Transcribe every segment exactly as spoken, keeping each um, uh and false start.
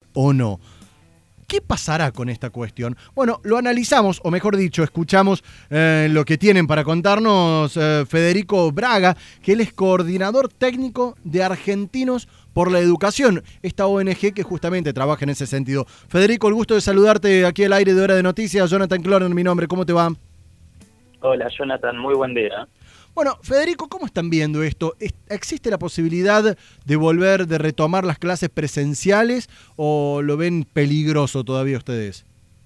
o no. ¿Qué pasará con esta cuestión? Bueno, lo analizamos, o mejor dicho, escuchamos eh, lo que tienen para contarnos eh, Federico Braga, que él es coordinador técnico de Argentinos por la Educación, esta O N G que justamente trabaja en ese sentido. Federico, el gusto de saludarte aquí al aire de Hora de Noticias. Jonathan Cloner, mi nombre, ¿cómo te va? Hola, Jonathan, muy buen día. Bueno, Federico, ¿cómo están viendo esto? ¿Existe la posibilidad de volver, de retomar las clases presenciales o lo ven peligroso todavía ustedes?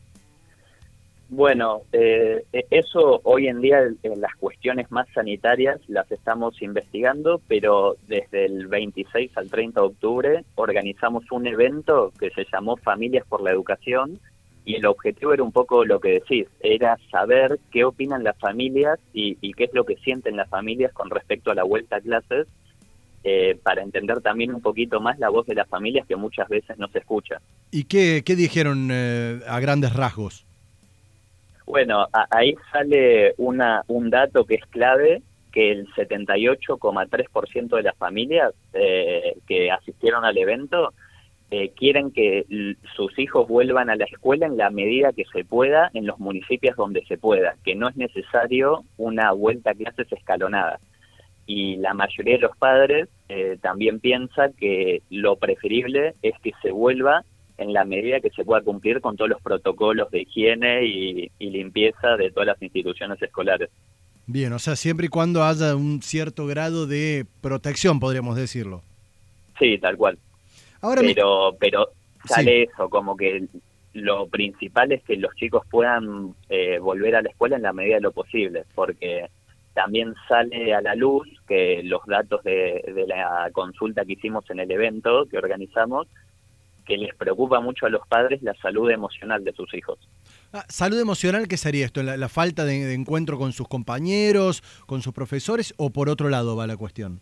Bueno, eh, eso hoy en día en las cuestiones más sanitarias las estamos investigando, pero desde el veintiséis al treinta de octubre organizamos un evento que se llamó Familias por la Educación, y el objetivo era un poco lo que decís, era saber qué opinan las familias y, y qué es lo que sienten las familias con respecto a la vuelta a clases, eh, para entender también un poquito más la voz de las familias que muchas veces no se escucha. ¿Y qué, qué dijeron eh, a grandes rasgos? Bueno, a, ahí sale una, un dato que es clave, que el setenta y ocho coma tres por ciento de las familias eh, que asistieron al evento Eh, quieren que l- sus hijos vuelvan a la escuela en la medida que se pueda, en los municipios donde se pueda, que no es necesario una vuelta a clases escalonada. Y la mayoría de los padres eh, también piensa que lo preferible es que se vuelva en la medida que se pueda cumplir con todos los protocolos de higiene y, y limpieza de todas las instituciones escolares. Bien, o sea, siempre y cuando haya un cierto grado de protección, podríamos decirlo. Sí, tal cual. Ahora me... Pero, pero sale Sí. eso, como que lo principal es que los chicos puedan eh, volver a la escuela en la medida de lo posible, porque también sale a la luz que los datos de, de la consulta que hicimos en el evento que organizamos, que les preocupa mucho a los padres la salud emocional de sus hijos. Ah, salud emocional, ¿qué sería esto? ¿La, la falta de, de encuentro con sus compañeros, con sus profesores, o por otro lado va la cuestión?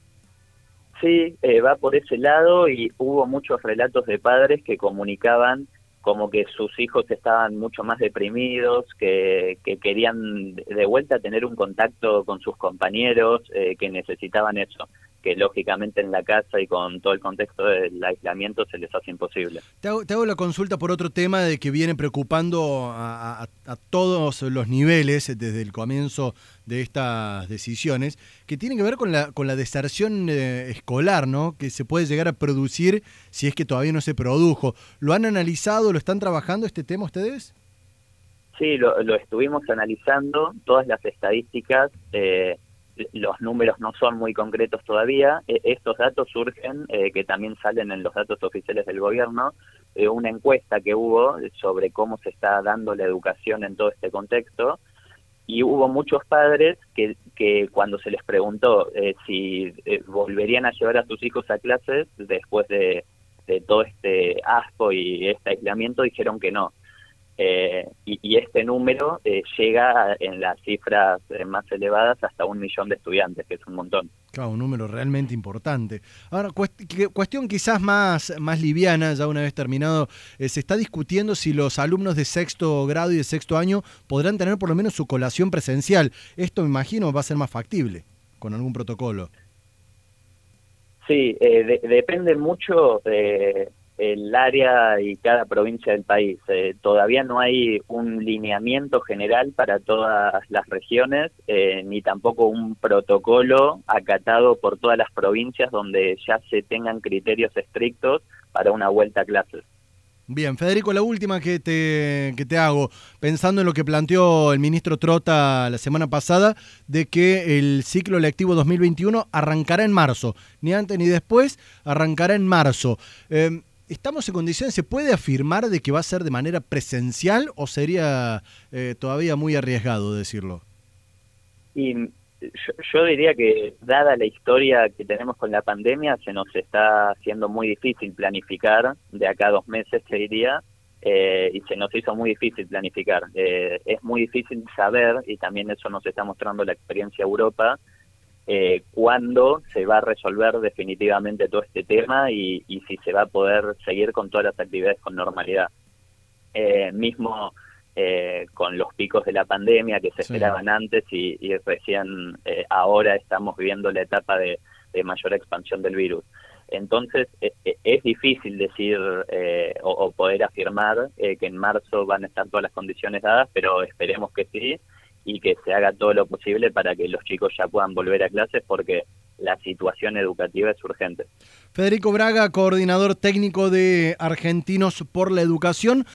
Sí, eh, va por ese lado, y hubo muchos relatos de padres que comunicaban como que sus hijos estaban mucho más deprimidos, que, que querían de vuelta tener un contacto con sus compañeros, eh, que necesitaban eso, que lógicamente en la casa y con todo el contexto del aislamiento se les hace imposible. Te hago, te hago la consulta por otro tema de que viene preocupando a, a, a todos los niveles desde el comienzo de estas decisiones, que tiene que ver con la, con la deserción eh, escolar, ¿no? Que se puede llegar a producir si es que todavía no se produjo. ¿Lo han analizado, lo están trabajando este tema ustedes? Sí, lo, lo estuvimos analizando, todas las estadísticas, eh, los números no son muy concretos todavía. Eh, estos datos surgen, eh, que también salen en los datos oficiales del gobierno, eh, una encuesta que hubo sobre cómo se está dando la educación en todo este contexto, y hubo muchos padres que, que cuando se les preguntó eh, si eh, volverían a llevar a sus hijos a clases después de, de todo este asco y este aislamiento, dijeron que no. Eh, y, y este número eh, llega en las cifras eh, más elevadas hasta un millón de estudiantes, que es un montón. Claro, un número realmente importante. Ahora, cuest cuestión quizás más, más liviana, ya una vez terminado, eh, se está discutiendo si los alumnos de sexto grado y de sexto año podrán tener por lo menos su colación presencial. Esto, me imagino, va a ser más factible, con algún protocolo. Sí, eh, de, depende mucho de el área y cada provincia del país. Eh, todavía no hay un lineamiento general para todas las regiones, eh, ni tampoco un protocolo acatado por todas las provincias donde ya se tengan criterios estrictos para una vuelta a clases. Bien, Federico, la última que te, que te hago, pensando en lo que planteó el ministro Trota la semana pasada, de que el ciclo lectivo dos mil veintiuno arrancará en marzo, ni antes ni después, arrancará en marzo. Eh, ¿Estamos en condiciones, se puede afirmar de que va a ser de manera presencial o sería eh, todavía muy arriesgado decirlo? Y yo, yo diría que, dada la historia que tenemos con la pandemia, se nos está haciendo muy difícil planificar de acá a dos meses, te diría, eh, y se nos hizo muy difícil planificar. Eh, es muy difícil saber, y también eso nos está mostrando la experiencia Europa, eh, cuándo se va a resolver definitivamente todo este tema y, y si se va a poder seguir con todas las actividades con normalidad. Eh, mismo eh, con los picos de la pandemia que se Sí. esperaban antes y, y recién eh, ahora estamos viviendo la etapa de, de mayor expansión del virus. Entonces e- e- es difícil decir eh, o, o poder afirmar eh, que en marzo van a estar todas las condiciones dadas, pero esperemos que sí y que se haga todo lo posible para que los chicos ya puedan volver a clases, porque la situación educativa es urgente. Federico Braga, coordinador técnico de Argentinos por la Educación.